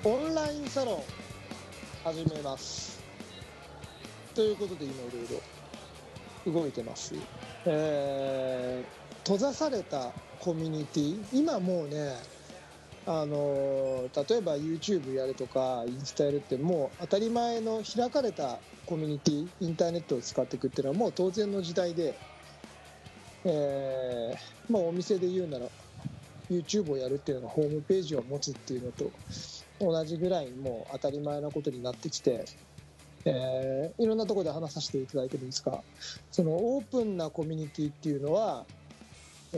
オンラインサロン始めますということで今いろいろ動いてます。閉ざされたコミュニティ、今もうね、例えば YouTube やるとかインスタやるってもう当たり前の開かれたコミュニティ、インターネットを使っていくっていうのはもう当然の時代で、お店で言うなら YouTube をやるっていうのがホームページを持つっていうのと同じぐらいもう当たり前なことになってきて、いろんなところで話させていただいてるんですが、そのオープンなコミュニティっていうのは、フ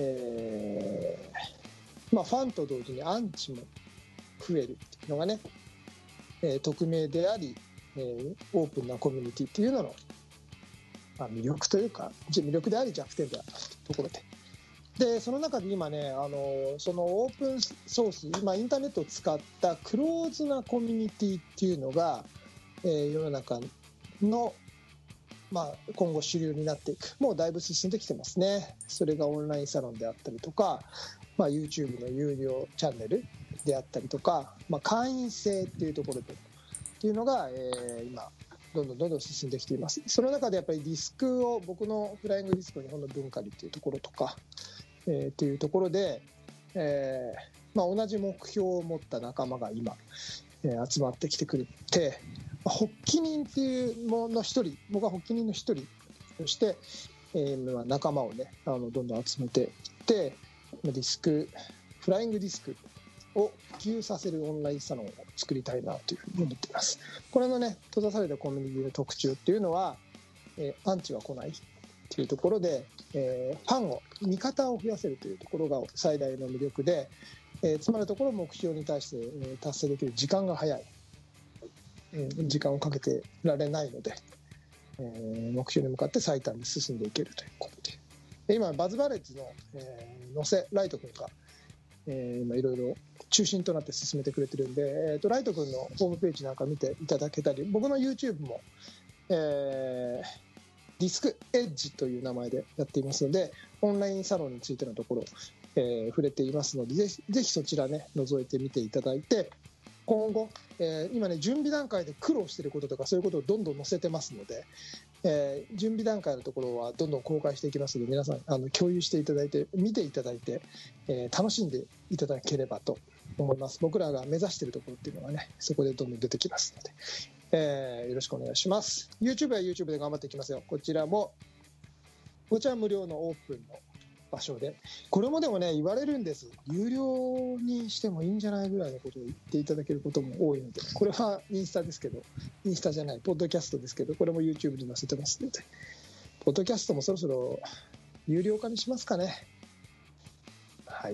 ァンと同時にアンチも増えるっていうのがね、匿名であり、オープンなコミュニティっていうのの、魅力というか魅力であり弱点であるところで、その中で今ね、そのオープンソース、今インターネットを使ったクローズなコミュニティっていうのが、世の中の、今後主流になっていく、もうだいぶ進んできてますね。それがオンラインサロンであったりとか、YouTube の有料チャンネルであったりとか、会員制っていうところでっていうのが、今どんどん進んできています。その中でやっぱりディスクを、僕のフライングディスク日本の文化理っていうところとか、っていうところで、同じ目標を持った仲間が今、集まってきてくれて、発起人っていうものの一人、僕は発起人の一人として、仲間をねどんどん集めていってディスク、フライングディスクを普及させるオンラインサロンを作りたいなというふうに思っています。これのね閉ざされたコミュニティの特徴っていうのは、アンチは来ないっていうところで、ファンを、味方を増やせるというところが最大の魅力で、つまるところ目標に対して、達成できる時間が早い、時間をかけてられないので、目標に向かって最短で進んでいけるということで、今バズバレッジの、野瀬ライト君が、今いろいろ中心となって進めてくれてるんで、ライト君のホームページなんか見ていただけたり、僕の YouTube も、ディスクエッジという名前でやっていますので、オンラインサロンについてのところ、触れていますので、ぜひそちらね覗いてみていただいて、今後、今ね準備段階で苦労していることとかそういうことをどんどん載せてますので、準備段階のところはどんどん公開していきますので、皆さん共有していただいて見ていただいて、楽しんでいただければと思います。僕らが目指しているところっていうのがねそこでどんどん出てきますので、よろしくお願いします。 YouTube は YouTube で頑張っていきますよ。こちらは無料のオープンの場所で、これもでもね言われるんです。有料にしてもいいんじゃないぐらいのことを言っていただけることも多いので、これはインスタですけど、インスタじゃないポッドキャストですけど、これも YouTube に載せてますので、ポッドキャストもそろそろ有料化にしますかね。はい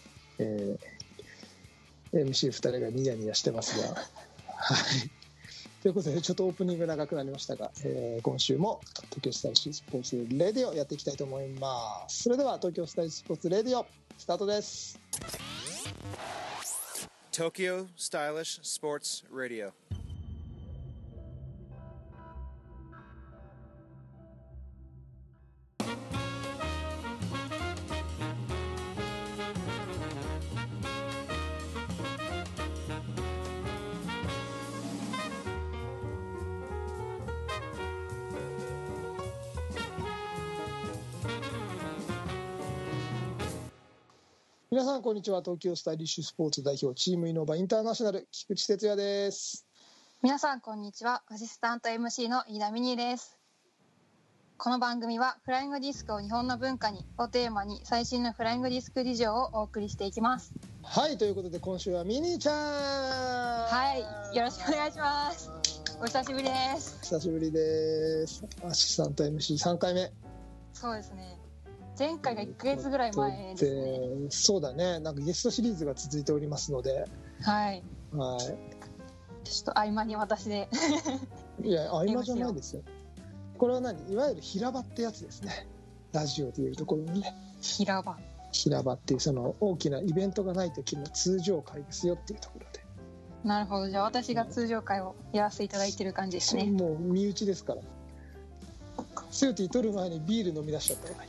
、MC2 人がニヤニヤしてますがはいということで、ちょっとオープニング長くなりましたが、今週も東京スタイリッシュスポーツレディオやっていきたいと思います。それでは東京スタイリッシュスポーツレディオスタートです。 Tokyo Stylish Sports Radio。 皆さんこんにちは。東京スタイリッシュスポーツ代表チームイノバインターナショナル菊池哲也です。 皆さんこんにちは。アシスタント MC の飯田美希です。この番組はフライングディスクを日本の文化にをテーマに最新のフライングディスク事情をお送りしていきます。 はい、ということで今週はミニーちゃん、 はい、よろしくお願いします。お久しぶりです。 久しぶりです。アシスタント MC3 回目。 そうですね、前回が1ヶ月ぐらい前ですね。 そうだね、なんかゲストシリーズが続いておりますので、 はい、 はい、 ちょっと合間に私でいや合間じゃないですよ。これはいわゆる平場ってやつですね。ラジオでいうところのね平場っていうその大きなイベントがない時の通常会ですよっていうところで。 なるほど、じゃあ私が通常会をやらせていただいてる感じですね。 もう身内ですから。スーティー取る前にビール飲み出しちゃった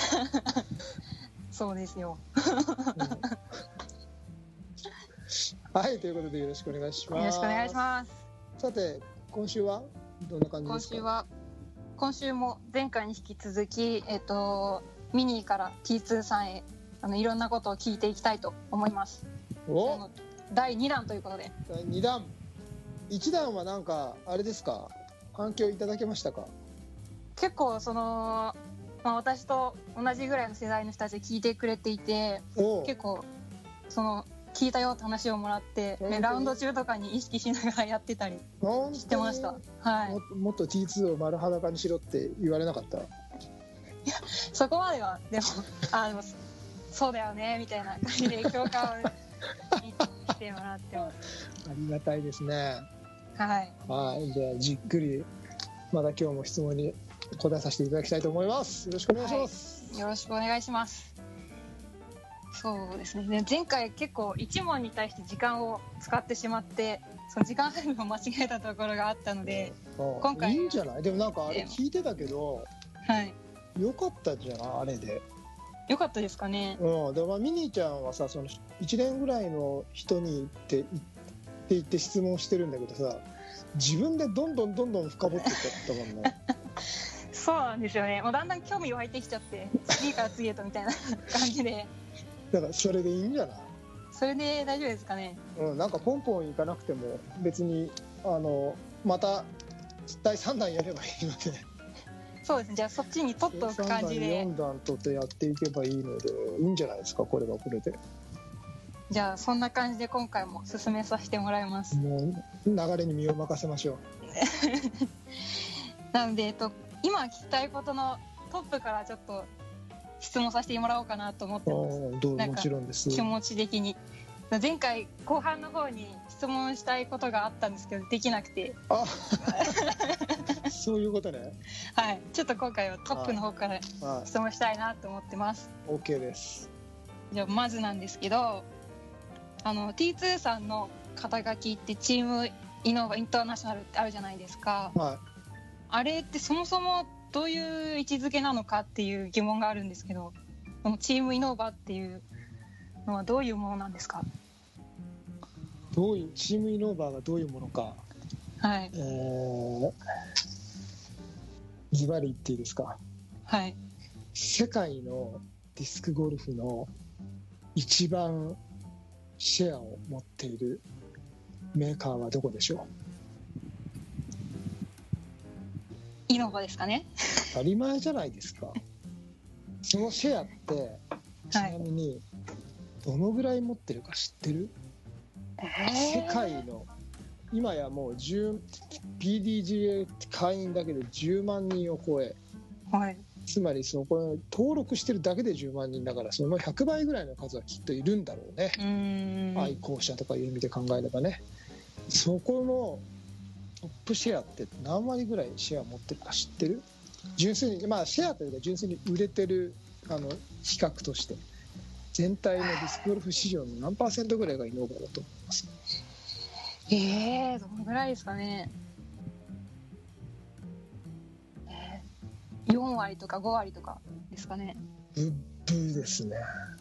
からそうですよ、 はい、ということでよろしくお願いします。 よろしくお願いします。 さて、今週はどんな感じですか？ 今週も前回に引き続き、ミニーから T2 さんへいろんなことを聞いていきたいと思います。第2弾ということで。 第2弾。1弾はなんかあれですか、反響いただけましたか？ 結構私と同じぐらいの世代の人たちで聞いてくれていて、結構聞いたよって話をもらって、ラウンド中とかに意識しながらやってたりしてました。はい。 もっと T2 を丸裸にしろって言われなかった？いや、そこまではでもそうだよねみたいな感じで共感をしてもらってます。 ありがたいですね。 はい。 はい、じゃあじっくりまた今日も質問に答えさせていただきたいと思います。よろしくお願いします。 はい、よろしくお願いします。そうですね。前回結構1問に対して時間を使ってしまって、その時間配分を間違えたところがあったので、今回いいんじゃない？でもなんかあれ聞いてたけど、 はい。 よかったんじゃない？あれで。 よかったですかね。 でミニーちゃんはさ、その1年ぐらいの人に言って質問してるんだけどさ、自分でどんどん深掘っていっちゃったもんね。 そうなんですよね。もうだんだん興味湧いてきちゃって、次から次へとみたいな感じで。 だからそれでいいんじゃない？ それで大丈夫ですかね。 なんかポンポンいかなくても別にまた第3弾やればいいので。 そうですね。じゃあそっちに取っておく感じで。 3弾4弾取ってやっていけばいいのでいいんじゃないですか、これはこれで。 じゃあそんな感じで今回も進めさせてもらいます。 もう流れに身を任せましょう。 なので、今聞きたいことのトップからちょっと質問させてもらおうかなと思ってます。 もちろんです。 気持ち的に。前回後半の方に質問したいことがあったんですけどできなくて。 そういうことね。 はい。ちょっと今回はトップの方から質問したいなと思ってます。 OK です。 じゃあまずなんですけど、T2 さんの肩書きってチームイノーバインターナショナルってあるじゃないですか。 はい。 あれってそもそもどういう位置づけなのかっていう疑問があるんですけど、このチームイノーバっていうのはどういうものなんですか？ チームイノーバーがどういうものか。 はい。 ズバリ言っていいですか？ はい。 世界のディスクゴルフの一番シェアを持っているメーカーはどこでしょう？ イノーバですかね。 当たり前じゃないですか。そのシェアってちなみにどのぐらい持ってるか知ってる？世界の今やもうPDGA 会員だけで10万人を超え、 はい、 つまりこ登録してるだけで10万人だから、その100倍ぐらいの数はきっといるんだろうね。愛好者とかいう意味で考えればね。そこのトップシェアって何割ぐらいシェア持ってるか知ってる？純粋にシェアというか純粋に売れてる比較として全体のディスクゴルフ市場の何%ぐらいがイノーバだと思います？ どのぐらいですかね。4割とか5割とかですかね。 ブッブーですね。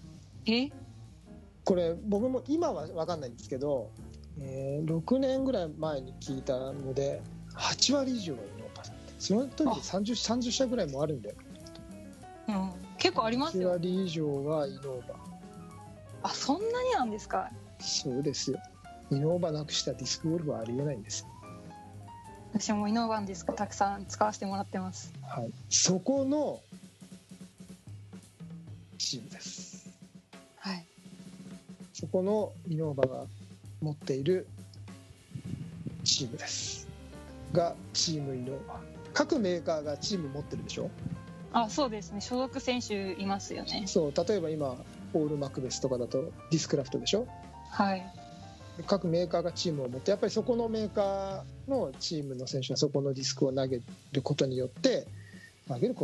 これ僕も今は分かんないんですけど、6年ぐらい前に聞いたので8割以上がイノーバだって。その時で 30社ぐらいもあるんだよ。 結構ありますよ。 8割以上がイノーバ。 そんなになんですか？ そうですよ。イノーバなくしたディスクゴルフはありえないんです。 私もイノーバのディスクたくさん使わせてもらってます。 はい、そこのチームです。 はい。 そこのイノーバが持っているチームですが、チームイノーバ。各メーカーがチーム持ってるでしょ？ そうですね。所属選手いますよね。 そう、例えば今オールマクベスとかだとディスクラフトでしょ？はい。各メーカーがチームを持って、やっぱりそこのメーカーのチームの選手はそこのディスクを投げることによってというか、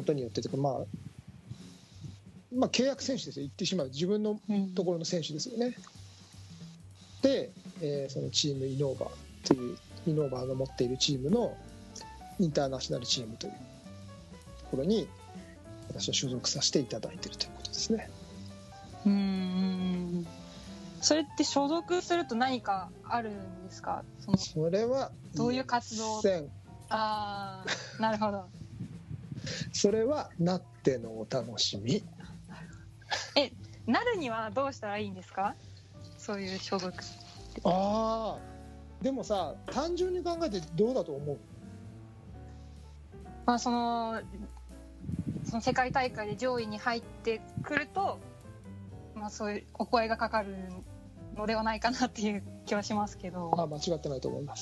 契約選手ですよ。言ってしまう自分のところの選手ですよね。で、そのチームイノーバというイノーバが持っているチームのインターナショナルチームというところに私は所属させていただいているということですね。 それって所属すると何かあるんですか？ それはどういう活動？ああ、なるほど。 それはなってのお楽しみ。 なるにはどうしたらいいんですか？そういう所属。 ああ、でもさ、単純に考えてどうだと思う？ まあ、その世界大会で上位に入ってくると、まあ、そういうお声がかかるのではないかなっていう気はしますけど。 間違ってないと思います。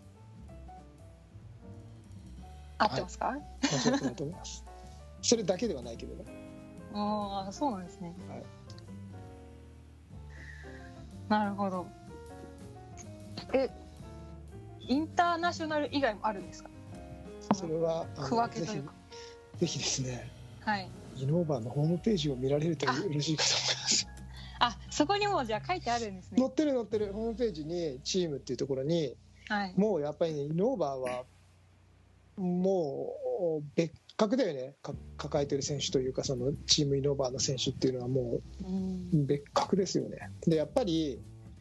合ってますか？ 間違ってないと思います。それだけではないけどね。 ああ、そうなんですね。 はい、 なるほど。インターナショナル以外もあるんですか？ それは区分けというか、 ぜひですね、 はい、 イノーバーのホームページを見られると嬉しいかと思います。 あ、そこにもじゃあ書いてあるんですね。 載ってるホームページにチームっていうところに、 はい、 もうやっぱりね、イノーバーはもう別格だよね。抱えてる選手というか、そのチームイノーバーの選手っていうのはもう別格ですよね。でやっぱり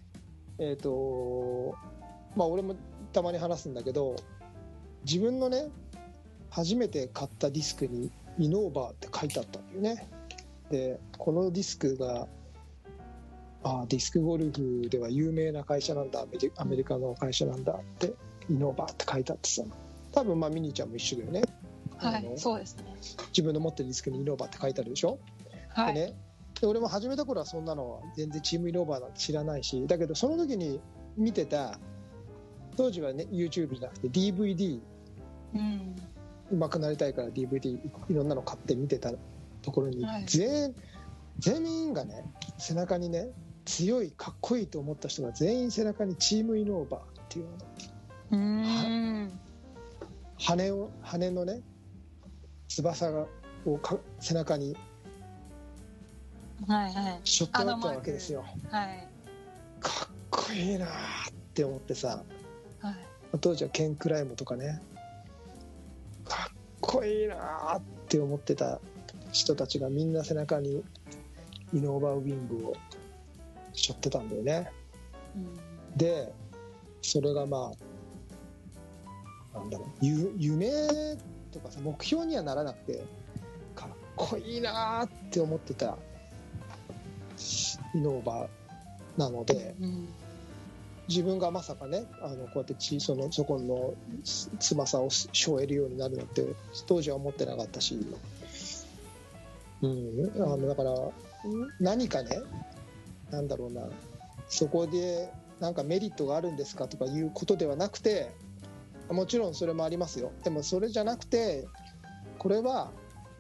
俺もたまに話すんだけど、自分のね初めて買ったディスクにイノーバーって書いてあったんだよね。でこのディスクがディスクゴルフでは有名な会社なんだ、アメリカの会社なんだってイノーバーって書いてあってさ、多分ミニーちゃんも一緒だよね。 はい、そうですね。 自分の持ってるディスクにイノーバーって書いてあるでしょ。 はい、 でね、で俺も始めた頃はそんなのは全然チームイノーバーなんて知らないし、だけどその時に見てた、当時はね YouTube じゃなくて DVD、うまくなりたいから DVD いろんなの買って見てたところに、はい、全員がね背中にね、強いかっこいいと思った人が全員背中にチームイノーバーっていう羽のね翼を背中にしょってあったわけですよ。 はい、 かっこいいなって思ってさ、 はい、 当時はケン・クライムとかね、かっこいいなって思ってた人たちがみんな背中にイノーバーウィングを背負ってたんだよね。でそれがなんだろう、夢とかさ、目標にはならなくて、かっこいいなって思ってたイノーバーなので、自分がまさかねこうやってそこの翼を背負えるようになるなんて当時は思ってなかったし、だから何かね、なんだろうな、そこでなんかメリットがあるんですかとかいうことではなくて、もちろんそれもありますよ。でもそれじゃなくて、これは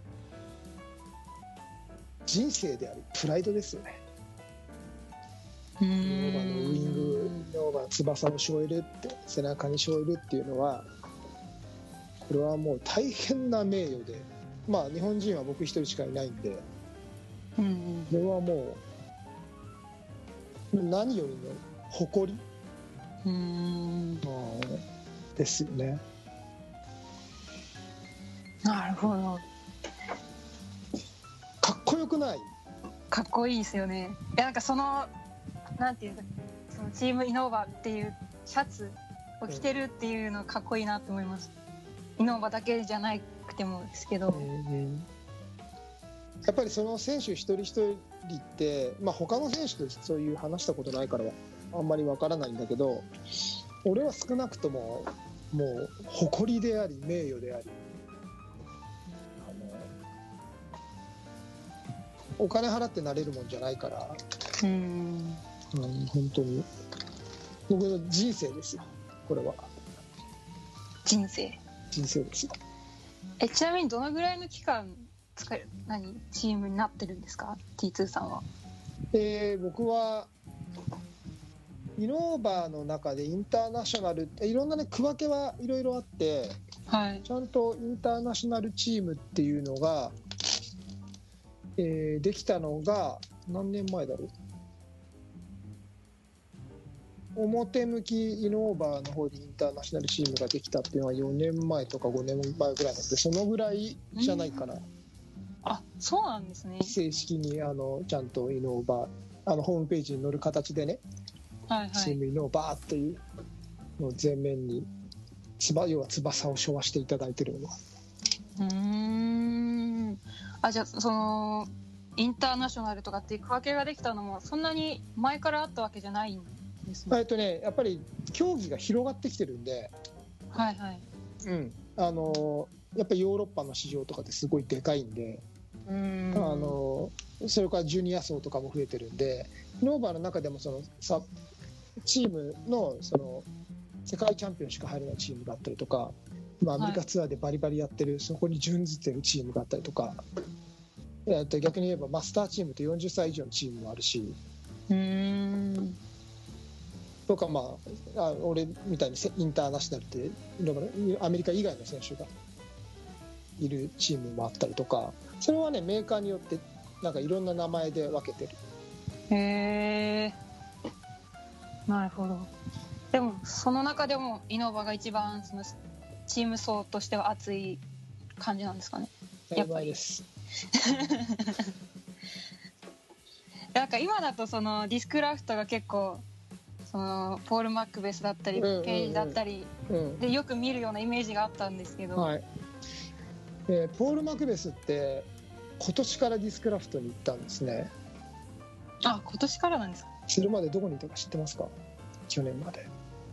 人生でありプライドですよね。イノーバーのウイング、イノーバーの翼を背負えるって、背中に背負えるっていうのは、これはもう大変な名誉で、日本人は僕一人しかいないんで、これはもう何よりの誇りですよね。 なるほど。 かっこよくない？ かっこいいですよね。なんかなんていうか、そのチームイノーバーっていうシャツを着てるっていうのがかっこいいなと思います。イノーバーだけじゃなくてもですけど、 やっぱりその選手一人一人って、他の選手とそういう話したことないからあんまりわからないんだけど、俺は少なくとももう誇りであり名誉であり、お金払ってなれるもんじゃないから、本当に僕の人生ですよ、これは。 人生ですよ。 ちなみにどのぐらいの期間チームになってるんですか、 T2 さんは。 僕はイノーバーの中でインターナショナルいろんなね区分けはいろいろあって、 はい、 ちゃんとインターナショナルチームっていうのが、できたのが何年前だろう。表向きイノーバーの方でインターナショナルチームができたっていうのは4年前とか5年前ぐらいなので、そのぐらいじゃないかな。 あ、そうなんですね。 正式にちゃんとイノーバーホームページに載る形でね、 はいはい。 チームイノーバーというのを前面に要は翼を背負わせていただいてるのは。 じゃあそのインターナショナルとかっていう区分けができたのもそんなに前からあったわけじゃないんですね。 やっぱり競技が広がってきてるんで、 はいはい。 やっぱりヨーロッパの市場とかってすごいでかいんで、それからジュニア層とかも増えてるんで、イノーバーの中でもチームの世界チャンピオンしか入れないチームがあったりとか、アメリカツアーでバリバリやってる、そこに準ずってるチームがあったりとか、逆に言えばマスターチームと40歳以上のチームもあるし、とか、俺みたいにインターナショナルってアメリカ以外の選手がいるチームもあったりとか、それはねメーカーによってなんかいろんな名前で分けてる。 へえ、なるほど。でもその中でもイノーバが一番そのチーム層としては熱い感じなんですかね。 やっぱりです。 なんか今だとそのディスクラフトが結構そのポール・マックベスだったり、ケージだったりでよく見るようなイメージがあったんですけど、 はい。ポール・マクベスって今年からディスクラフトに行ったんですね。 あ、今年からなんですか。それまでどこにいたか知ってますか？去年まで。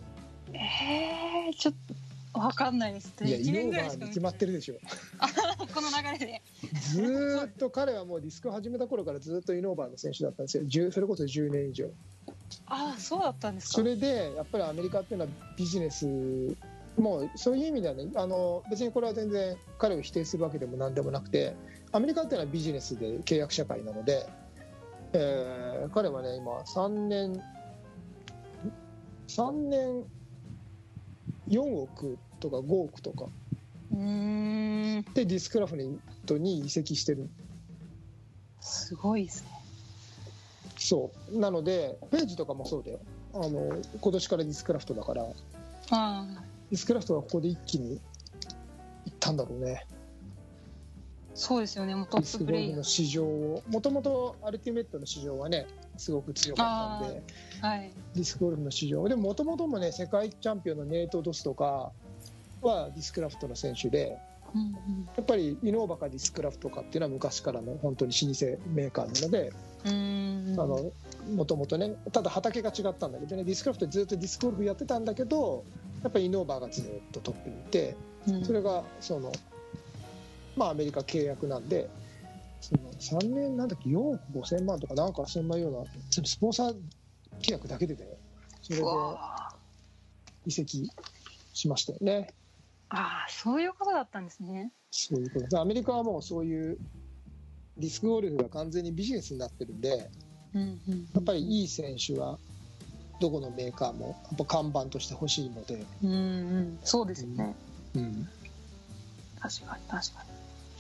ちょっと分かんないです。 いや、イノーバーに決まってるでしょ。 この流れでずっと彼はもうディスクを始めた頃からずっとイノーバーの選手だったんですよ。それこそ10年以上。 ああ、そうだったんですか。 それでやっぱりアメリカっていうのはビジネスもうそういう意味ではね、別にこれは全然彼を否定するわけでも何でもなくて、アメリカっていうのはビジネスで契約社会なので、彼はね今3年4億とか5億とかでディスクラフトに移籍してる。 すごいですね。 そうなのでページとかもそうだよ。今年からディスクラフトだから、ディスクラフトはここで一気にいったんだろうね。 そうですよね。もうトッププレイヤーの市場を、もともとアルティメットの市場はねすごく強かったんで、ディスクゴルフの市場でもともともね世界チャンピオンのネイト・ドスとかはディスクラフトの選手で、やっぱりイノーバかディスクラフトかっていうのは昔からの本当に老舗メーカーなので、もともとね、ただ畑が違ったんだけどね、ディスクラフトずっとディスクゴルフやってたんだけど、やっぱりイノーバがずっとトップにいて、それがアメリカ契約なんで、3年なんだっけ4億5000万とかなんかそんなようなスポンサー契約だけでだよ。それで移籍しましたよね。 ああ、そういうことだったんですね。 そういうこと。アメリカはもうそういうディスクゴルフが完全にビジネスになってるんで、やっぱりいい選手はどこのメーカーもやっぱ看板として欲しいので、 そうですよね。確かに確か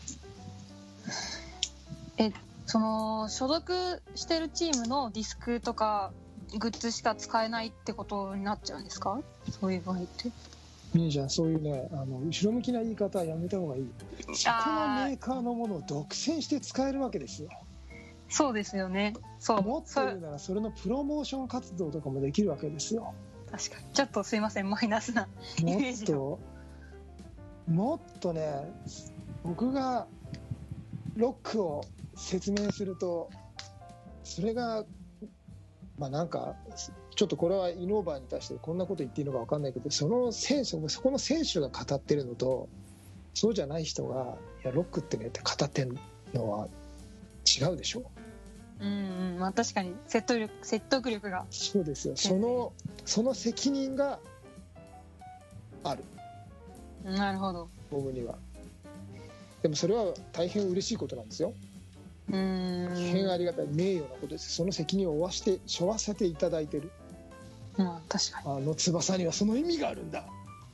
に。その所属してるチームのディスクとかグッズしか使えないってことになっちゃうんですか？そういう場合って。いいじゃん、そういうね、後ろ向きな言い方はやめた方がいい。そこのメーカーのものを独占して使えるわけですよ。そうですよね。そう。もっと言うならそれのプロモーション活動とかもできるわけですよ。確かに。ちょっとすいません、マイナスなイメージを。もっとね、僕がロックを説明すると、それがなんかちょっとこれはイノーバーに対してこんなこと言っていいのか分かんないけど、そこの選手が語ってるのとそうじゃない人がいやロックってねって語ってるのは違うでしょ。確かに説得力が。そうですよ。その責任がある。なるほど。僕には。でもそれは大変嬉しいことなんですよ。大変ありがたい名誉なことです。その責任を背負わせていただいてる。確かに。翼にはその意味があるんだ。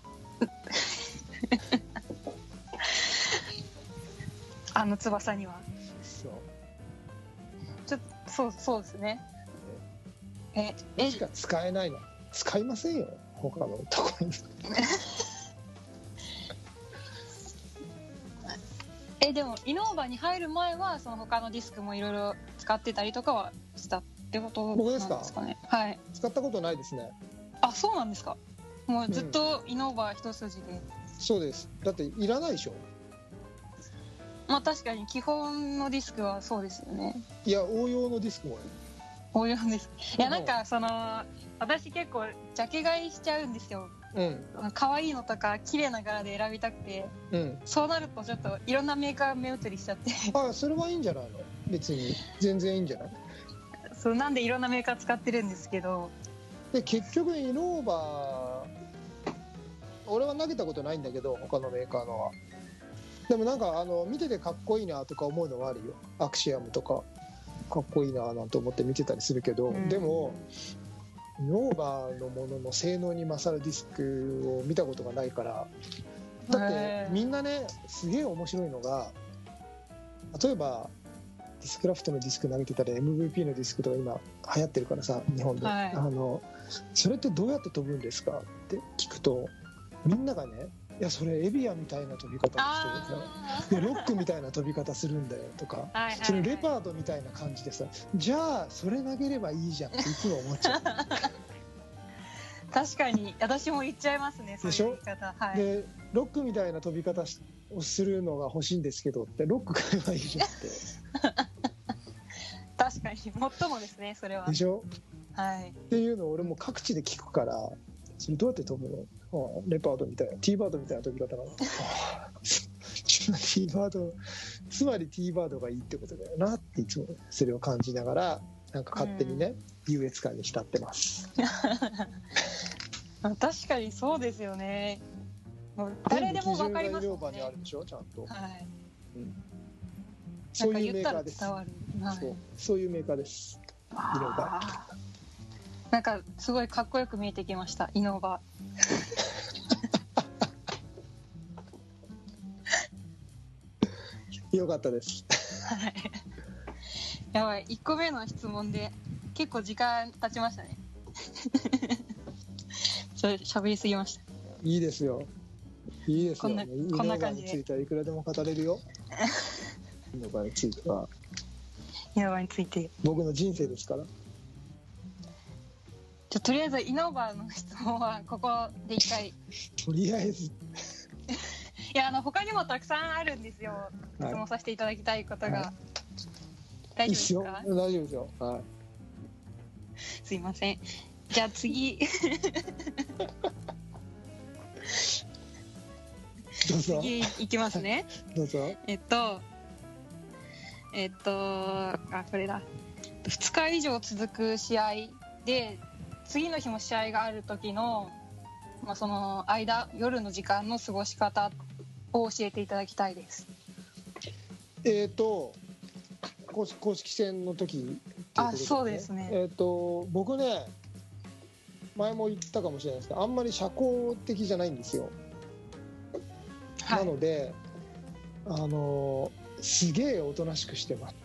翼には。そう。ちょっとそうですね。しか使えないの。使いませんよ。他のところに。でもイノーバに入る前はその他のディスクもいろいろ使ってたりとかはしたってことなんですかね。はい。 使ったことないですね。 あ、そうなんですか。もうずっとイノーバー一筋で、 そうです。だっていらないでしょ。 まあ確かに基本のディスクはそうですよね。 いや、応用のディスクも応用です。いや、なんか私結構ジャケ買いしちゃうんですよ。可愛いのとか綺麗な柄で選びたくて、そうなるとちょっといろんなメーカー目移りしちゃって。 あ、それはいいんじゃないの。別に全然いいんじゃない。 そうなんでいろんなメーカー使ってるんですけど、 で結局イノーバー俺は投げたことないんだけど、他のメーカーのは。でもなんか見ててかっこいいなとか思うのはあるよ。アクシアムとかかっこいいななんて思って見てたりするけど、でもイノーバーのものの性能に勝るディスクを見たことがないから。だってみんなね、すげえ面白いのが、例えばディスクラフトのディスク投げてたら MVP のディスクとか今流行ってるからさ、日本で、それってどうやって飛ぶんですかって聞くと、みんながね、いやそれエビアみたいな飛び方をしてるんだよ、ロックみたいな飛び方するんだよとか、それレパードみたいな感じでさ、じゃあそれ投げればいいじゃんっていつも思っちゃう。 確かに私も言っちゃいますね、そういう言い方。はい、でロックみたいな飛び方をするのが欲しいんですけどって、ロック買えばいいじゃんって確かにもっともですね、それは。 でしょ、 はい、 っていうのを俺も各地で聞くから、それどうやって飛ぶの、レパードみたいな、ティーバードみたいな飛び方なのティーバード、つまりティーバードがいいってことだよなっていつもそれを感じながら、なんか勝手にね、優越感に浸ってます確かにそうですよね。誰でも分かりますもんね。 全部基準がイノーバーにあるでしょ、ちゃんと。 はい、 そういうメーカーです。 はい、 そういうメーカーです、イノーバー。 なんかすごいかっこよく見えてきました、イノーバーよかったですはい。やばい、1個目の質問で結構時間経ちましたね喋りすぎました。 いいですよ、いいですよ。 こんな感じで。 イノーバーについてはいくらでも語れるよイノーバーについては、 イノーバーについて僕の人生ですから。 じゃとりあえずイノーバーの質問はここで一回とりあえずいや他にもたくさんあるんですよ、質問させていただきたいことが、大丈夫ですか？ 大丈夫ですよ、はい、 すいません。じゃあ次どうぞ。 次いきますねどうぞ。 これだ。2日以上続く試合で次の日も試合がある時の、その間、夜の時間の過ごし方を教えていただきたいです。 公式戦の時っていうことですね。そうですね。 僕ね、前も言ったかもしれないですけど、あんまり社交的じゃないんですよ。はい、なのですげえおとなしくしてます。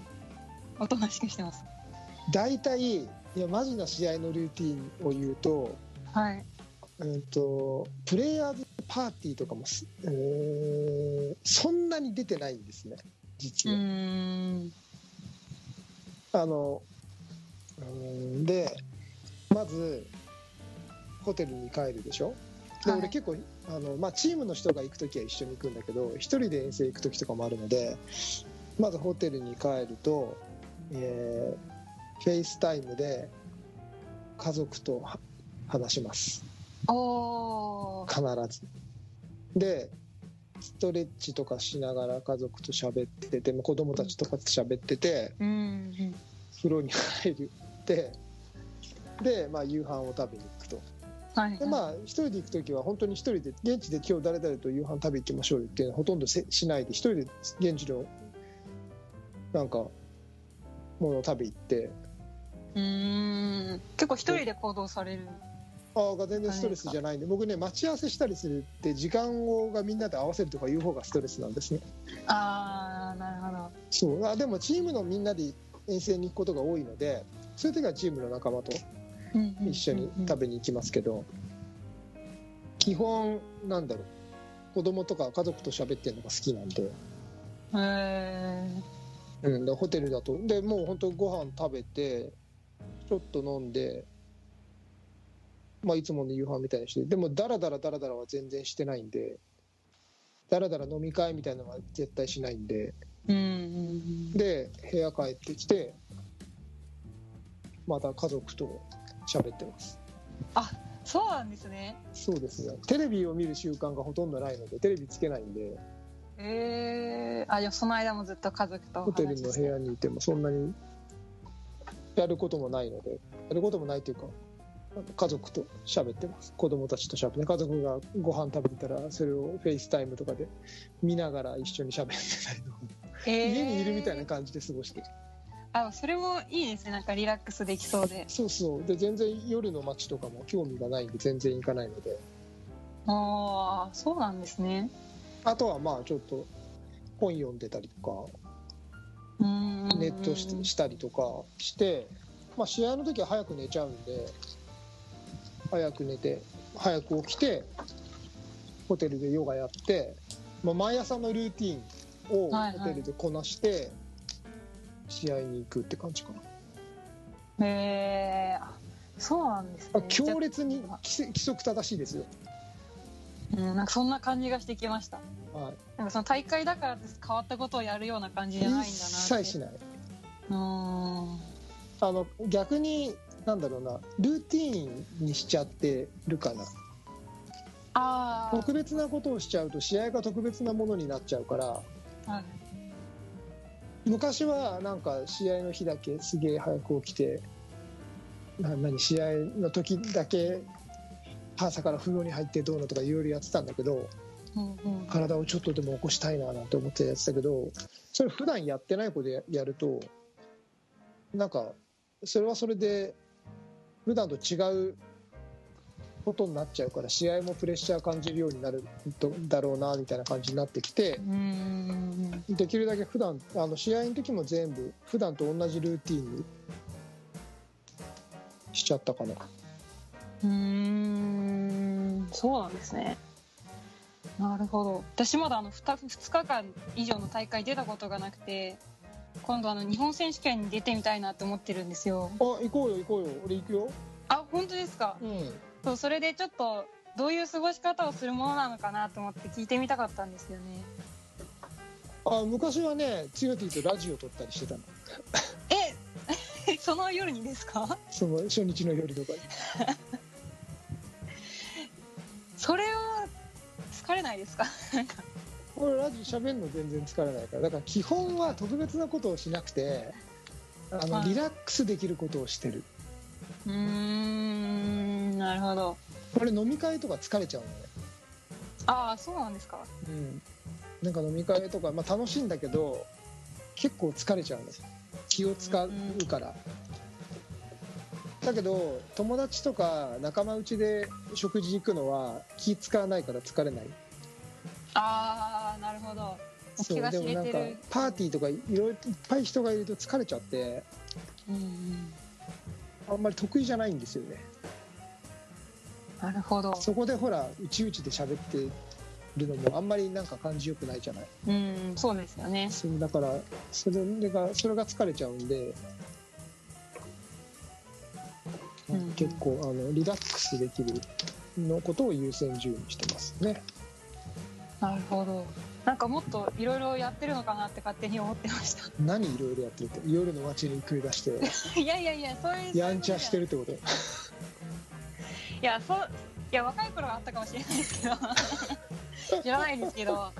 おとなしくしてます。 大体、いやマジな試合のルーティンを言うと、 はい、 プレイヤーズパーティーとかもそんなに出てないんですね、実は。でまずホテルに帰るでしょ。で、俺結構チームの人が行くときは一緒に行くんだけど、一人で遠征行くときとかもあるので、まずホテルに帰ると、フェイスタイムで家族と話します。必ず。でストレッチとかしながら家族と喋ってて、子供たちとかと喋ってて、風呂に入ってで、夕飯を食べに行くと。で一人で行くときは本当に一人で現地で今日誰々と夕飯食べ行きましょうよっていうのはほとんどしないで、一人で現地のなんかものを食べ行って。 結構一人で行動されるが全然ストレスじゃないんで、僕ね、待ち合わせしたりするって時間がみんなで合わせるとかいう方がストレスなんですね。 なるほど。 そうでもチームのみんなで遠征に行くことが多いので、そういう時はチームの仲間と一緒に食べに行きますけど、基本子供とか家族と喋ってるのが好きなんで。でホテルだとでもう本当ご飯食べてちょっと飲んで、まあ、いつもの夕飯みたいにして、でもダラダラは全然してないんで、ダラダラ飲み会みたいなのは絶対しないんで、で部屋帰ってきてまた家族と喋ってます。 あ、そうなんですね。 そうですね。テレビを見る習慣がほとんどないので、テレビつけないんで。 あ、じゃあその間もずっと家族とお話しして。 ホテルの部屋にいてもそんなにやることもないので、やることもないというか、家族と喋ってます。子供たちと喋って、家族がご飯食べてたらそれをフェイスタイムとかで見ながら一緒に喋ってたりとか、家にいるみたいな感じで過ごしてる。 あ、それもいいですね。なんかリラックスできそうで。 そうそう。で全然夜の街とかも興味がないんで全然行かないので。 ああ、そうなんですね。 あとはまあちょっと本読んでたりとか、ネットしたりとかして、まあ、試合の時は早く寝ちゃうんで、早く寝て早く起きてホテルでヨガやって、まあ、毎朝のルーティンをホテルでこなして試合に行くって感じかな。 そうなんですね。 強烈に規則正しいですよ。 なんかそんな感じがしてきました。 はい、 なんかその大会だから変わったことをやるような感じじゃないんだなって。一切しない。逆になんだろうな、ルーティーンにしちゃってるかな。特別なことをしちゃうと試合が特別なものになっちゃうから、はい、昔はなんか試合の日だけすげえ早く起きて、試合の時だけ朝から風呂に入ってどうのとかいろいろやってたんだけど、体をちょっとでも起こしたいななんて思ってやってたけど、それ普段やってないことでやるとなんかそれはそれで普段と違うことになっちゃうから、試合もプレッシャー感じるようになるだろうなみたいな感じになってきて、できるだけ普段試合の時も全部普段と同じルーティンにしちゃったかな。 そうなんですね。なるほど。私まだ2日間以上の大会出たことがなくて、今度日本選手権に出てみたいなと思ってるんですよ。 行こうよ俺行くよ。 あ、本当ですか。それでちょっとどういう過ごし方をするものなのかなと思って聞いてみたかったんですよね。 昔はね、つよティとラジオ撮ったりしてたの。 その夜にですか？ その初日の夜とかにそれは疲れないですか？ 俺ラジオ喋るの全然疲れないから。だから基本は特別なことをしなくて、リラックスできることをしてる。 なるほど。 これ飲み会とか疲れちゃうのね。 ああ、そうなんですか。 なんか飲み会とか、まあ、楽しいんだけど結構疲れちゃうの。気を使うから。だけど友達とか仲間内で食事行くのは気使わないから疲れない。 ああ、なるほど。気が知れてる。でもなんかパーティーとかいっぱい人がいると疲れちゃって、あんまり得意じゃないんですよね。 なるほど。 そこでほらうちうちで喋ってるのもあんまりなんか感じよくないじゃない。 そうですよね。 だからそれが疲れちゃうんで、結構リラックスできるのことを優先順位にしてますね。なるほど。なんかもっといろいろやってるのかなって勝手に思ってました。 何いろいろやってるって？夜の街に繰り出していやそういうやんちゃしてるってこと？ いや若い頃はあったかもしれないですけど知らないですけど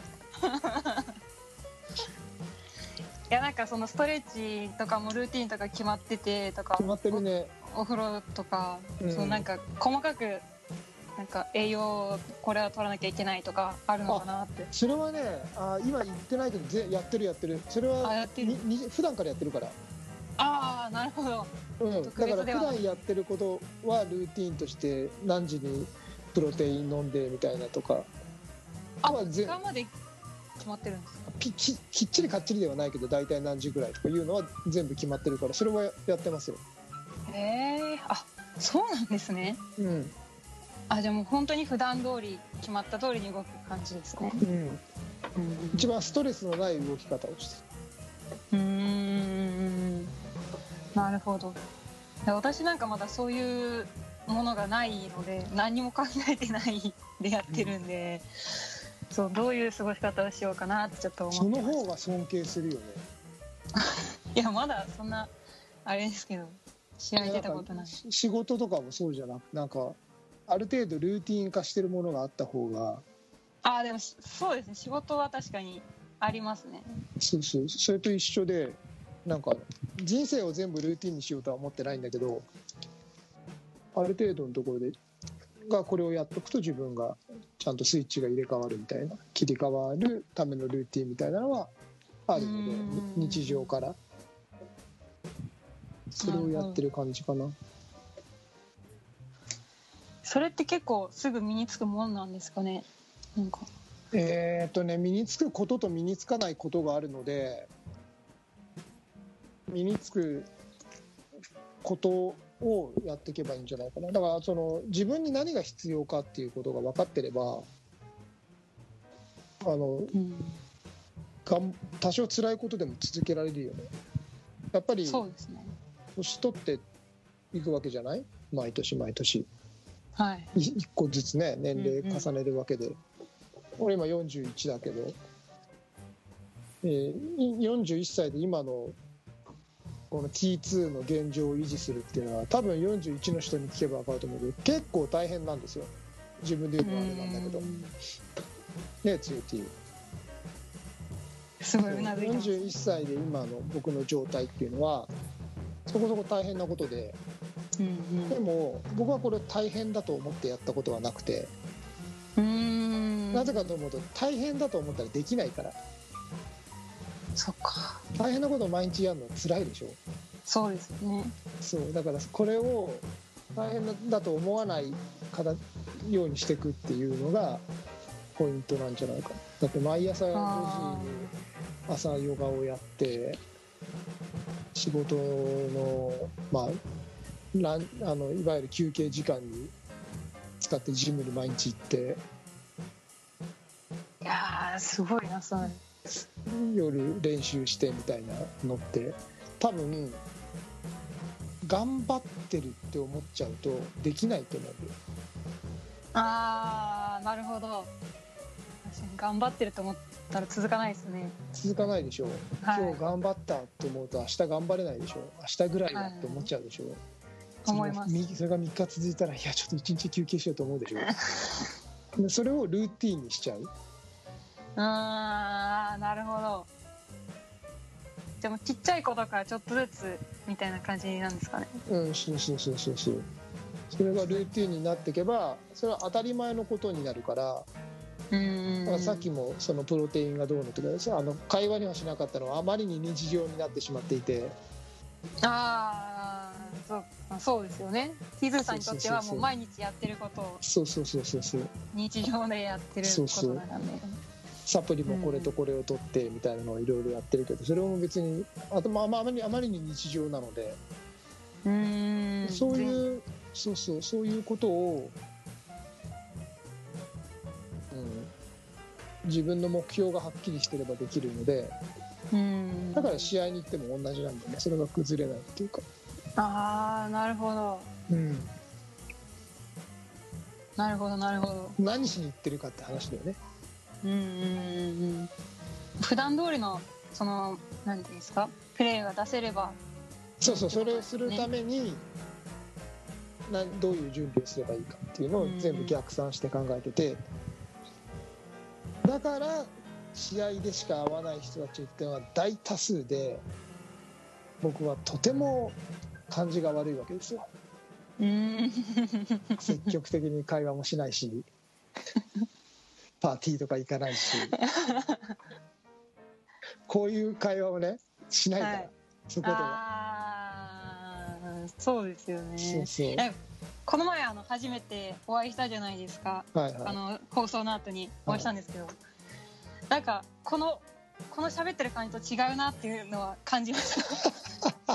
いやなんかそのストレッチとかもルーティンとか決まっててとか、 決まってるね。 お風呂とか、そうなんか細かくなんか栄養これは取らなきゃいけないとかあるのかなって。 それはね、今言ってないけどやってる。それは普段からやってるから。 なるほど。 だから普段やってることはルーティーンとして何時にプロテイン飲んでみたいなとか。 時間まで決まってるんですか？ きっちりかっちりではないけど大体何時ぐらいとかいうのは全部決まってるから、それはやってますよ。 そうなんですね。じゃあもう本当に普段通り決まった通りに動く感じですね。 一番ストレスのない動き方をしてる。 なるほど。 私なんかまだそういうものがないので何も考えてないでやってるんで、そうどういう過ごし方をしようかなってちょっと思ってました。 その方が尊敬するよね。 いやまだそんなあれですけど試合出たことない。 仕事とかもそうじゃなく、なんかある程度ルーティン化してるものがあった方が。 でもそうですね、仕事は確かにありますね。 そうそう、それと一緒で、なんか人生を全部ルーティンにしようとは思ってないんだけど、ある程度のところでこれをやっとくと自分がちゃんとスイッチが入れ替わるみたいな、切り替わるためのルーティンみたいなのはあるので、日常からそれをやってる感じかな。 それって結構すぐ身につくもんなんですかね。なんか身につくことと身につかないことがあるので、身につくことをやっていけばいいんじゃないかな。だからその自分に何が必要かっていうことが分かってれば、多少辛いことでも続けられるよね。やっぱりそうですね、 年取っていくわけじゃない、毎年毎年、 はい、 1個ずつね年齢重ねるわけで、俺今41だけど、41歳で今のこの T2 の現状を維持するっていうのは多分41の人に聞けば分かると思うけど、結構大変なんですよ。自分で言うのはあれなんだけどね、つゆ T すごいうなずいてます。 41歳で今の僕の状態っていうのはそこそこ大変なことで、でも僕はこれ大変だと思ってやったことはなくて、なぜかと思うと大変だと思ったらできないから。 そっか、 大変なことを毎日やるのは辛いでしょ。 そうですね。 そうだからこれを大変だと思わないようにしていくっていうのがポイントなんじゃないか。だって毎朝5時に朝ヨガをやって、仕事のいわゆる休憩時間に使ってジムに毎日行って、 いやーすごいなそれ。 夜練習してみたいなのって多分頑張ってるって思っちゃうとできないと思うんだよ。 なるほど。頑張ってると思ったら続かないですね。 続かないでしょ、はい、今日頑張ったと思うと明日頑張れないでしょ。明日ぐらいはって思っちゃうでしょ、 思います。 それが3日続いたらいやちょっと1日休憩しようと思うでしょそれをルーティーンにしちゃう。 なるほど。でもちっちゃいことからちょっとずつみたいな感じなんですかね。 そうそれがルーティーンになっていけばそれは当たり前のことになるから。だからさっきもそのプロテインがどうのとか会話にはしなかったのはあまりに日常になってしまっていて、 そうですよね。T2 さんにとってはもう毎日やってることを日常でやってることだからね。 サプリもこれとこれを取ってみたいなのをいろいろやってるけど、それも別にあまりに日常なので、そういうことを、自分の目標がはっきりしてればできるので、だから試合に行っても同じなんだよね。それが崩れないっていうか。 なるほど、なるほど。 何しに行ってるかって話だよね。 普段通りのその何ていうんですか、プレーが出せれば、 それをするためにどういう準備をすればいいかっていうのを全部逆算して考えてて、だから試合でしか会わない人たちっていうのは大多数で、僕はとても感じが悪いわけですよ。積極的に会話もしないしパーティーとか行かないしこういう会話をねしないから、そこでは。 そうですよね。この前初めてお会いしたじゃないですか、放送の後にお会いしたんですけど、なんかこの喋ってる感じと違うなっていうのは感じました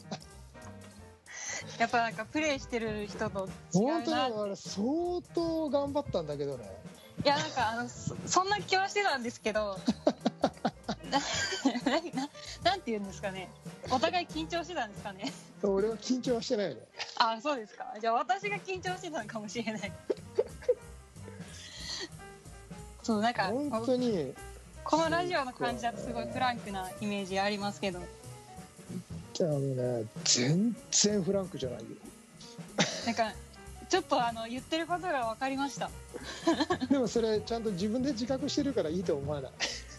やっぱなんかプレーしてる人と違うなって。 本当に相当頑張ったんだけどね。 いやなんかそんな気はしてたんですけどなんて言うんですかね、 お互い緊張してたんですかね。 俺は緊張はしてないよね。 あ、そうですか。じゃあ私が緊張してたのかもしれない。そう、なんか本当にこのラジオの感じだとすごいフランクなイメージありますけど、 ね、全然フランクじゃないよ。 なんかちょっと言ってることが分かりました。 でもそれちゃんと自分で自覚してるからいいと思わない。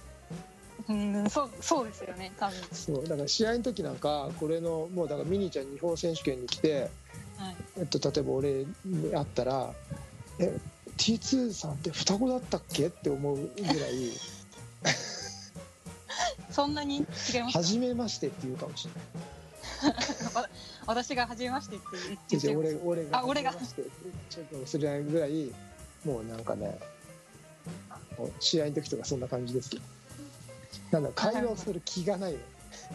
そうですよね、多分。 そうだから試合の時なんかこれのもうだからミニーちゃん日本選手権に来て、 はい、 例えば俺に会ったらT2 さんって双子だったっけって思うぐらいそんなに違いますか？ 初めましてって言うかもしれない。 私が初めましてって言って俺が俺が初めましてってちょっとするぐらいもうなんかね、試合の時とかそんな感じですよ。なんだ会話をする気がないよ。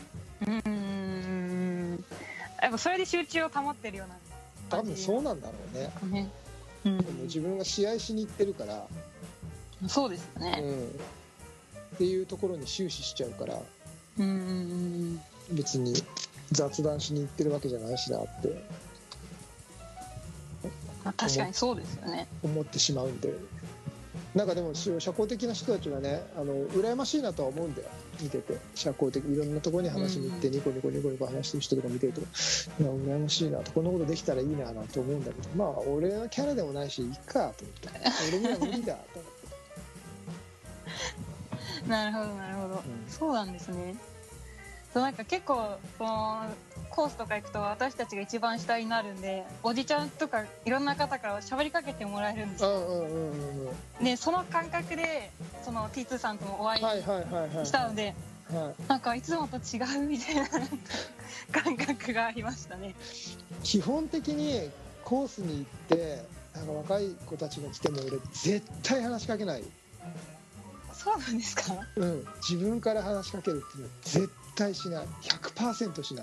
やっぱそれで集中を保ってるような多分そうなんだろうね。でも自分が試合しに行ってるから、 そうですよね、 っていうところに終始しちゃうから、別に雑談しに行ってるわけじゃないしなって確かにそうですよね、 思ってしまうんで、なんかでも社交的な人たちがね羨ましいなとは思うんだよ、見てて。社交的いろんなところに話しに行ってニコニコ話してる人とか見てると、いや羨ましいなと、こんなことできたらいいななんて思うんだけど、まあ俺のキャラでもないしいいかと思って俺には無理だと思ってなるほど、そうなんですね。そう、なんか結構そのコースとか行くと私たちが一番下になるんで、おじちゃんとかいろんな方から喋りかけてもらえるんですよ。でその感覚でその T2 さんともお会いしたので、なんかいつもと違うみたいな感覚がありましたね。 基本的にコースに行ってなんか若い子たちが来ても俺絶対話しかけない。 そうなんですか？ 自分から話しかけるっていうのは絶対しない。 100% しない。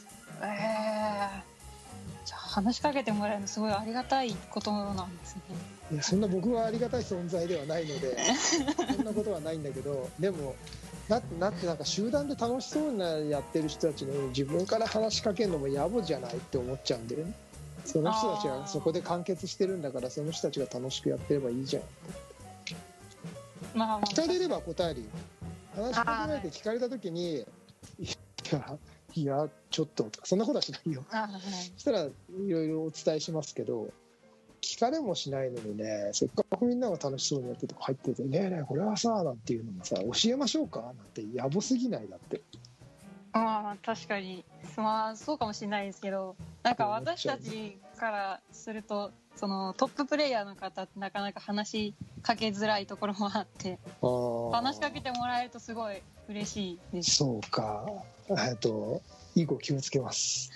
じゃあ話しかけてもらえるのすごいありがたいことなんですね。 いやそんな僕はありがたい存在ではないのでそんなことはないんだけど、でもだってなんか集団で楽しそうなやってる人たちに自分から話しかけるのも野暮じゃないって思っちゃうんだよね。その人たちはそこで完結してるんだから、その人たちが楽しくやってればいいじゃん。聞かれれば答えるよ。話しかけられて聞かれた時にいやちょっととかそんなことはしないよ。そしたらいろいろお伝えしますけど、聞かれもしないのにね、せっかくみんなが楽しそうにやってるとこ入っててねえねえこれはさなんていうのもさ、教えましょうかなんてやぼすぎない？だって確かにそうかもしれないですけど、なんか私たちからするとそのトッププレイヤーの方ってなかなか話しかけづらいところもあって、話しかけてもらえるとすごい嬉しいです。 そうか、以後気をつけます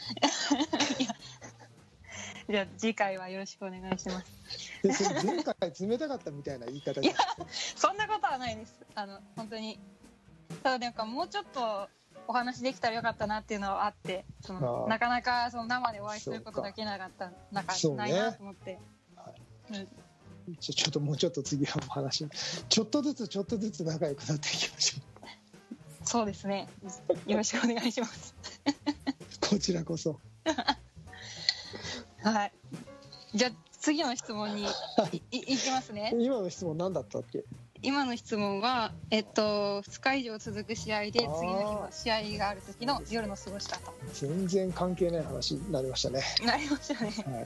じゃあ次回はよろしくお願いします。 でそれ前回冷たかったみたいな言い方いやそんなことはないです。本当にただなんかもうちょっとお話できたらよかったなっていうのはあって、なかなかその生でお会いすることだけなかったないなと思って、 ちょっともうちょっと次はお話ちょっとずつ仲良くなっていきましょう。 そうですね、よろしくお願いしますこちらこそはい、じゃあ次の質問にいきますね。 今の質問何だったっけ？ 今の質問は、2日以上続く試合で次の日も試合がある時の夜の過ごし方。 全然関係ない話になりましたね。 なりましたね、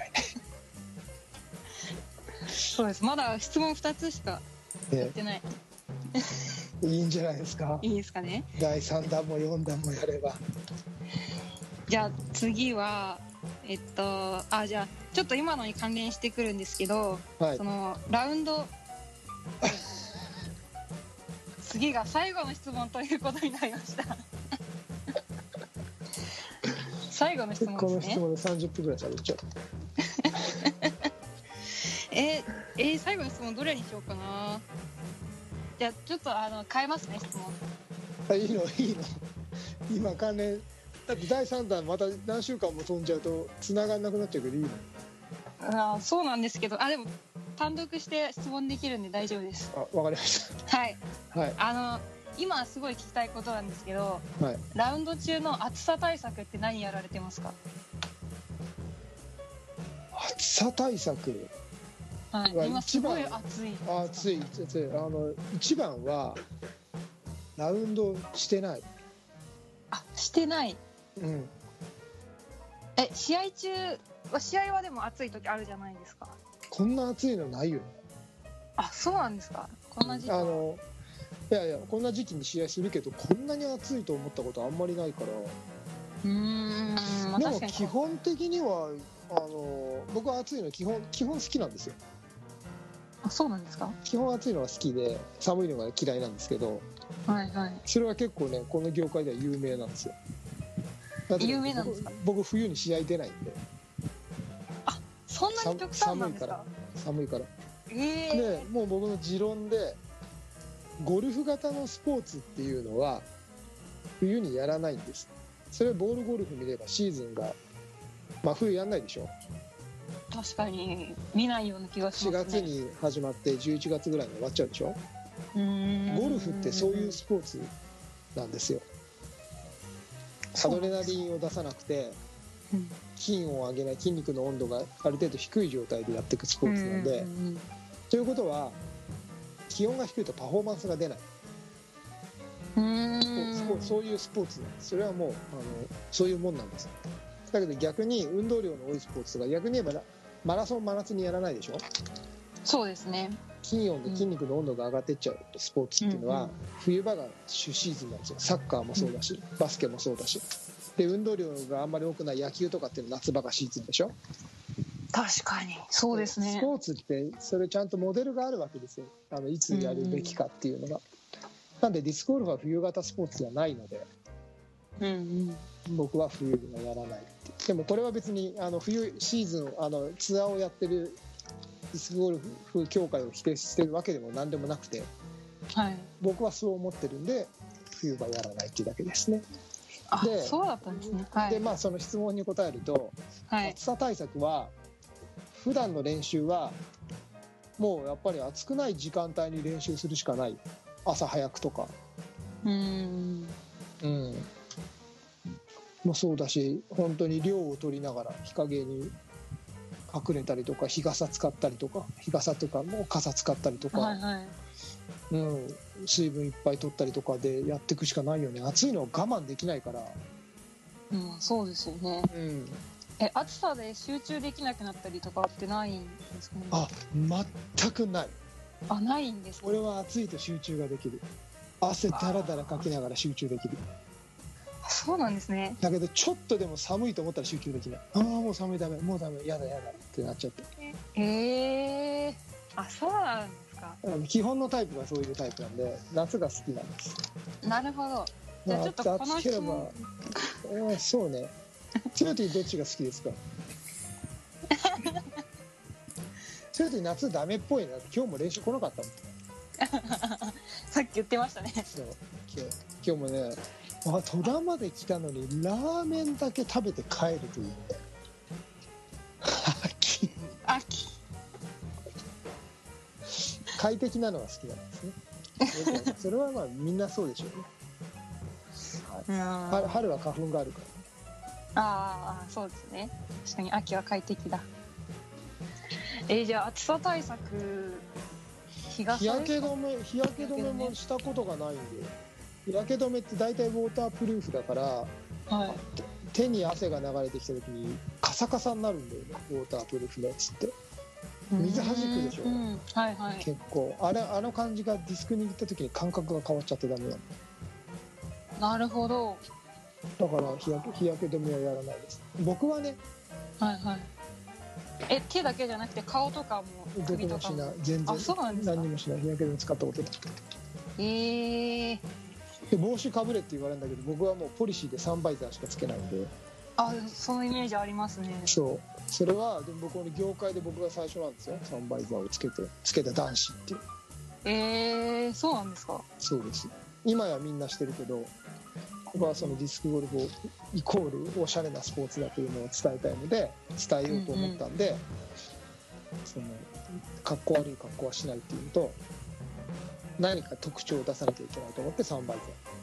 そうです。まだ質問2つしかやってない、 いいんじゃないですか。 いいですかね。 第3弾も4弾もやれば。 じゃあ次はじゃあちょっと今のに関連してくるんですけど、そのラウンド次が最後の質問ということになりました最後の質問ですね。この質問で 30分ぐらい喋っちゃう最後の質問どれにしようかな。じゃあちょっと変えますね、質問。 いいの今関連だって第3弾また何週間も飛んじゃうと繋がんなくなっちゃうけどいいの？そうなんですけど、でも単独して質問できるんで大丈夫です。 わかりました。 はい、 今すごい聞きたいことなんですけど、 はい、 ラウンド中の暑さ対策って何やられてますか？ 暑さ対策、 はい、今すごい暑い。 一番はラウンドしてない。 してない。 うん。 試合中試合はでも暑い時あるじゃないですか。 こんな暑いのないよね。 そうなんですか。こんな時期。 いやこんな時期に試合するけど、こんなに暑いと思ったことあんまりないから。でも基本的には僕は暑いの基本好きなんですよ。 そうなんですか。基本暑いのが好きで、寒いのが嫌いなんですけど、 はいはい、 それは結構ね、この業界では有名なんですよ。 有名なんですか。 僕冬に試合出ないんで。 そんなに極端なんですか。 寒いから。でもう僕の持論で、ゴルフ型のスポーツっていうのは冬にやらないんです。それはボールゴルフ見ればシーズンが、冬やんないでしょ。 確かに見ないような気がしますね。 4月に始まって11月ぐらいに終わっちゃうでしょ。ゴルフってそういうスポーツなんですよ。アドレナリンを出さなくて、筋を上げない、筋肉の温度がある程度低い状態でやっていくスポーツなんで、ということは気温が低いとパフォーマンスが出ない。そういうスポーツなんです。それはもうそういうもんなんです。だけど逆に運動量の多いスポーツとか、逆に言えばマラソン真夏にやらないでしょ。 そうですね。 筋温で筋肉の温度が上がっていっちゃうスポーツっていうのは、冬場が主シーズンなんですよ。サッカーもそうだし、バスケもそうだし。で運動量があんまり多くない野球とかっていうのは夏場がシーズンでしょ。 確かにそうですね。 スポーツってそれちゃんとモデルがあるわけですよ。いつやるべきかっていうのが。なんでディスクゴルフは冬型スポーツじゃないので、僕は冬はやらない。でもこれは別に冬シーズンツアーをやってるディスクゴルフ協会を否定してるわけでも何でもなくて、僕はそう思ってるんで冬はやらないっていうだけですね。 で、そうだったんですね。 でその質問に答えると、暑さ対策は普段の練習はもうやっぱり暑くない時間帯に練習するしかない。朝早くとかもそうだし、本当に涼を取りながら日陰に隠れたりとか、日傘使ったりとか、日傘とかも傘使ったりとか、水分いっぱい取ったりとかでやっていくしかないよね。暑いのは我慢できないから。 そうですよね。暑さで集中できなくなったりとかってないんですかね。 全くない。 ないんですか。 俺は暑いと集中ができる。汗だらだらかきながら集中できる。 そうなんですね。 だけどちょっとでも寒いと思ったら集中できない。もう寒い、ダメ、もうダメ、やだってなっちゃって。 そうなんですか。 基本のタイプがそういうタイプなんで、夏が好きなんです。 なるほど。じゃあちょっとこの暑ければそうね。チューティーどっちが好きですか？チューティー夏ダメっぽいな。今日も練習来なかったもん。 さっき言ってましたね。 そう、今日もね、戸田まで来たのにラーメンだけ食べて帰るというね。 秋快適なのが好きなんですね。それはみんなそうでしょうね。春は花粉があるから。 そうですね。確かに秋は快適だ。じゃあ暑さ対策、日焼け止めもしたことがないんで。日焼け止めって大体ウォータープルーフだから、手に汗が流れてきた時にカサカサになるんだよね。ウォータープルーフのやつって水弾くでしょ。結構あの感じがディスク握った時に感覚が変わっちゃってダメなの。 なるほど。 だから日焼け止めはやらないです。僕はね。 手だけじゃなくて顔とかも首とかも。 全然何にもしない。日焼け止め使ったことない。で帽子かぶれって言われるんだけど、僕はもうポリシーでサンバイザーしかつけないんで。 そのイメージありますね。 それはでも僕の業界で僕が最初なんですよ。サンバイザーをつけた男子っていう。 そうなんですか。 そうです。今やみんなしてるけど、僕はそのディスクゴルフをイコールおしゃれなスポーツだというのを伝えたいので、伝えようと思ったんで、そのかっこ悪い格好はしないっていうのと、 何か特徴を出さなきゃいけないと思って3倍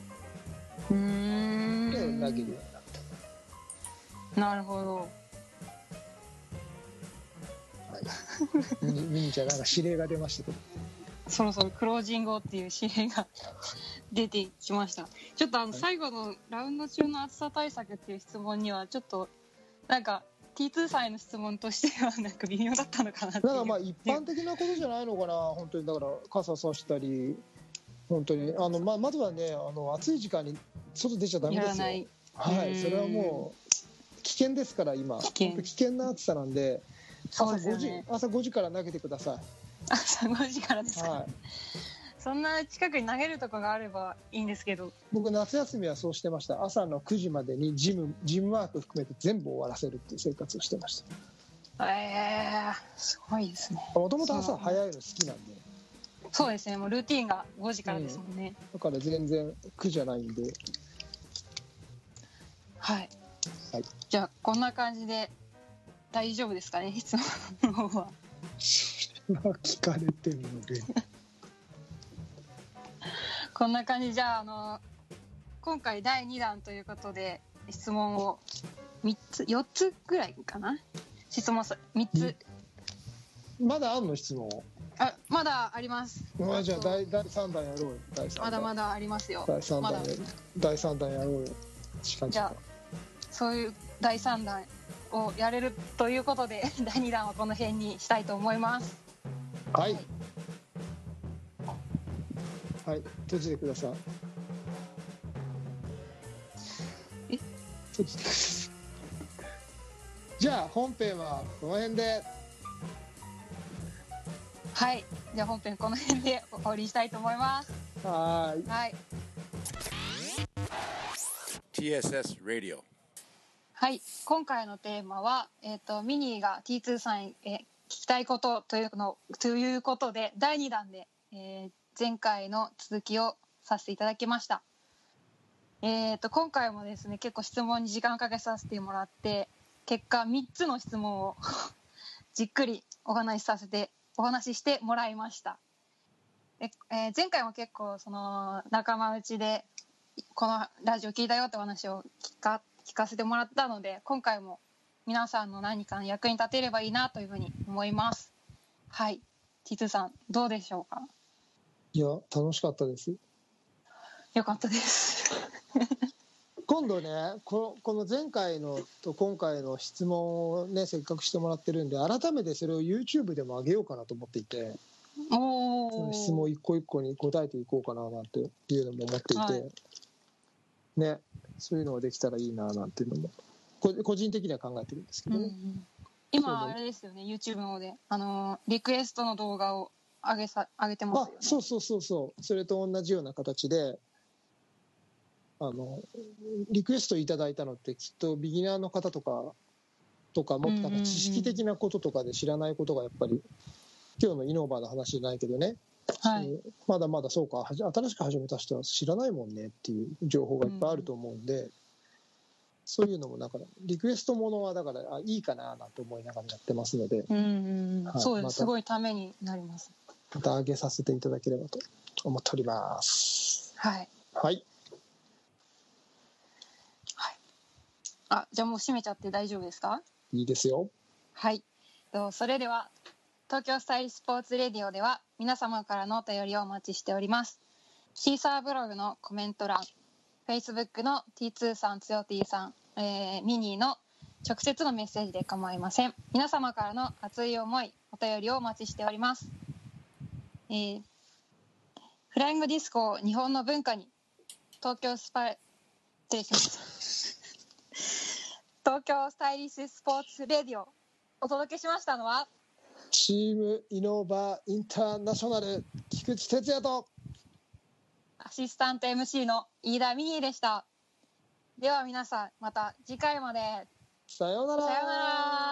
線で投げるようになった。 なるほど。 はい、ミニちゃんなんか指令が出ましたけど、 そろそろクロージングをっていう指令が出てきました。ちょっと最後のラウンド中の暑さ対策っていう質問にはちょっとなんか T2 さんへの質問としてはなんか微妙だったのかなっていう。 なんかまあ一般的なことじゃないのかな、本当に。だから傘さしたり、本当にまずはね、暑い時間に外出ちゃダメですよ。はい、それはもう危険ですから。今危険な暑さなんで、朝5時から投げてください。 朝5時からですか。 はい、 そんな近くに投げるとこがあればいいんですけど。 僕夏休みはそうしてました。朝の9時までにジムワーク含めて全部終わらせるっていう生活をしてました。 すごいですね。 もともと朝早いの好きなんで。 そうですね、もうルーティーンが5時からですもんね。 だから全然苦じゃないんで。 はい、 はい、 じゃあこんな感じで大丈夫ですかね、質問の方は。 聞かれてるのでこんな感じ。じゃあ今回第2弾ということで質問を4つぐらいかな。質問3つ。 まだあんの質問？ まだあります。 じゃあ第3弾やろうよ。 まだまだありますよ。 第3弾やろうよ。 じゃあそういう第3弾をやれるということで第2弾はこの辺にしたいと思います。 はい、はい、閉じてください。閉じてください。じゃあ本編はこの辺で。 はい、じゃあ本編この辺で終わりしたいと思います。 はい。 TSS Radio。 はい、今回のテーマは、ミニーが T2 さんへ聞きたいことということで第2弾で、前回の続きをさせていただきました。今回もですね結構質問に時間をかけさせてもらって結果3つの質問をじっくりお話ししてもらいました。前回も結構その仲間内でこのラジオ聞いたよってお話を聞かせてもらったので今回も皆さんの何かの役に立てればいいなというふうに思います。はい、T2 さんどうでしょうか？ いや楽しかったです。 よかったです今度ねこの前回のと今回の質問をねせっかくしてもらってるんで改めてそれを YouTube でも上げようかなと思っていて、その質問一個一個に答えていこうかななんていうのも思っていて、はい、ね、そういうのができたらいいななんていうのも個人的には考えてるんですけどね。 今あれですよね YouTube の方でリクエストの動画を上げてますよね。 そうそれと同じような形でリクエストいただいたのってきっとビギナーの方とかもっとなんか知識的なこととかで知らないことがやっぱり今日のイノーバーの話じゃないけどね、はい、まだまだそうか新しく始めた人は知らないもんねっていう情報がいっぱいあると思うんで、そういうのもだからリクエストものはだからいいかななんて思いながらやってますので、 はい、そうです、すごいためになります。 また上げさせていただければと思っております。 はいはいじゃあもう閉めちゃって大丈夫ですか？ いいですよ。 はい、それでは東京スタイルスポーツレディオでは皆様からのお便りをお待ちしております。シーサーブログのコメント欄、Facebook の T2 さんつよ T さん、ミニーの直接のメッセージで構いません。皆様からの熱い思いお便りをお待ちしております。フライングディスコを日本の文化に東京スタイリッシュスポーツレディオお届けしましたのはチームイノーバーインターナショナル菊池哲也とアシスタント MC の飯田ミニーでした。では皆さんまた次回まで。 さようなら。